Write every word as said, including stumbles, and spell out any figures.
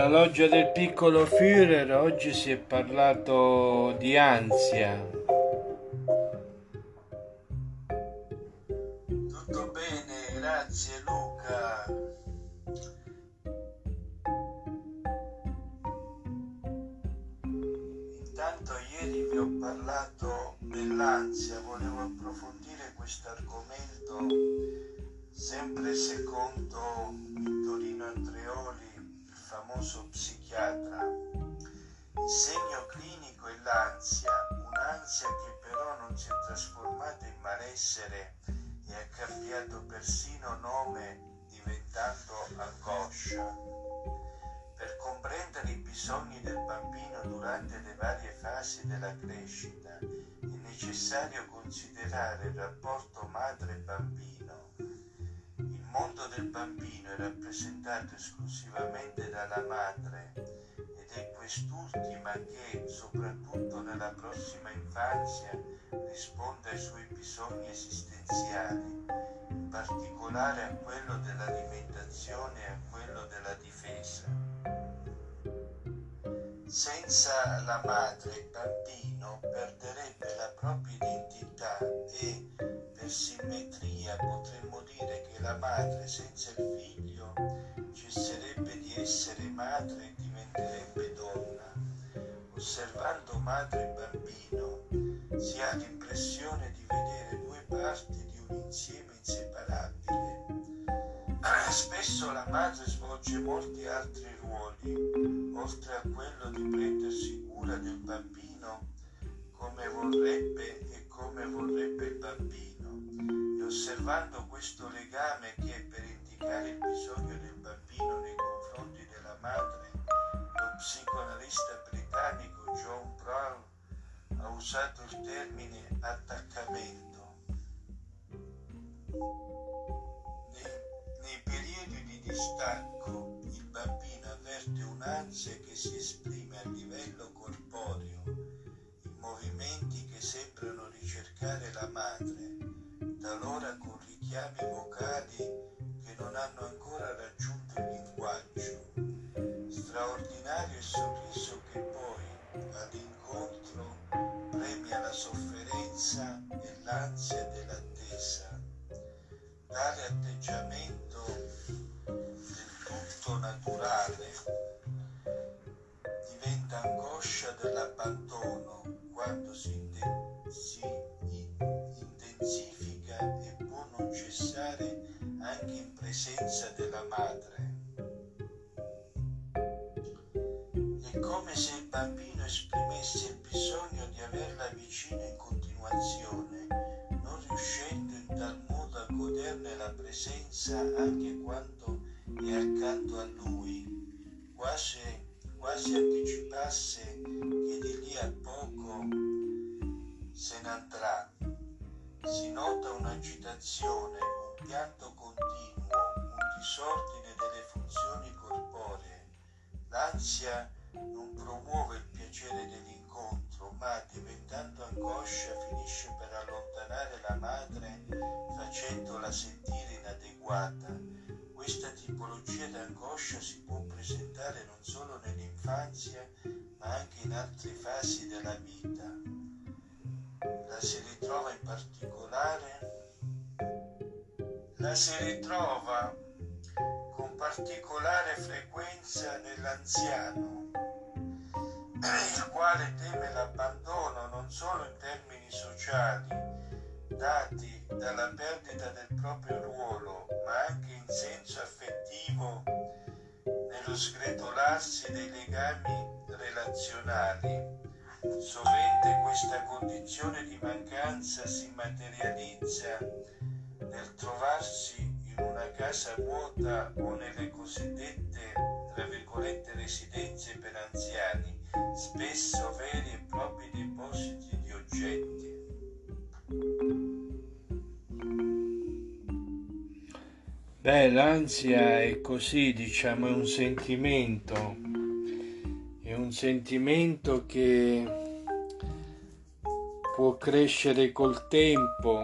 Alla loggia del piccolo Führer oggi si è parlato di ansia. Tutto bene, grazie Luca. Intanto ieri vi ho parlato dell'ansia, volevo approfondire questo argomento sempre secondo Vittorino Andreoli, il famoso psichiatra. Il segno clinico è l'ansia, un'ansia che però non si è trasformata in malessere e ha cambiato persino nome diventando angoscia. Per comprendere i bisogni del bambino durante le varie fasi della crescita è necessario considerare il rapporto madre-bambino. Il mondo del bambino è rappresentato esclusivamente dalla madre ed è quest'ultima che, soprattutto nella prossima infanzia, risponde ai suoi bisogni esistenziali, in particolare a quello dell'alimentazione e a quello della difesa. Senza la madre il bambino perderebbe la propria identità e, per simmetria, potremmo dire che la madre senza il figlio cesserebbe di essere madre e diventerebbe donna. Osservando madre e bambino si ha l'impressione di vedere due parti di un insieme inseparabile. Spesso la madre svolge molti altri ruoli, oltre a quello di prendersi cura del bambino come vorrebbe e come vorrebbe il bambino. E osservando questo legame che, per indicare il bisogno del bambino nei confronti della madre, lo psicoanalista britannico John Brown ha usato il termine attaccamento. Nei, nei periodi di distacco il bambino avverte un'ansia che si esprime a livello corporeo, in movimenti che sembrano ricercare la madre, talora con richiami vocali che non hanno ancora raggiunto il linguaggio. Straordinario il sorriso che poi, all'incontro, premia la sofferenza e l'ansia dell'attesa. Tale atteggiamento del tutto naturale diventa angoscia dell'abbandono quando si, inten- si intensifica e può non cessare anche in presenza della madre. È come se il bambino esprimesse il bisogno di averla vicino in continuazione, non riuscendo in tal modo a goderne la presenza anche quando è accanto a lui, quasi, quasi anticipasse che di lì a poco se ne andrà. Si nota un'agitazione, un pianto continuo, un disordine delle funzioni corporee. L'ansia non promuove il piacere dell'incontro, ma diventando angoscia finisce per allontanare la madre facendola sentire inadeguata. Questa tipologia di angoscia si può presentare non solo nell'infanzia, ma anche in altre fasi della vita. La si ritrova in particolare, la si ritrova con particolare frequenza nell'anziano, il quale teme l'abbandono non solo in termini sociali, dati dalla perdita del proprio ruolo, ma anche in senso affettivo, nello sgretolarsi dei legami relazionali. Sovente questa condizione di mancanza si materializza nel trovarsi in una casa vuota o nelle cosiddette, tra virgolette, residenze per anziani, spesso veri e propri depositi di oggetti. Beh, l'ansia è così, diciamo, è un sentimento, è un sentimento che può crescere col tempo,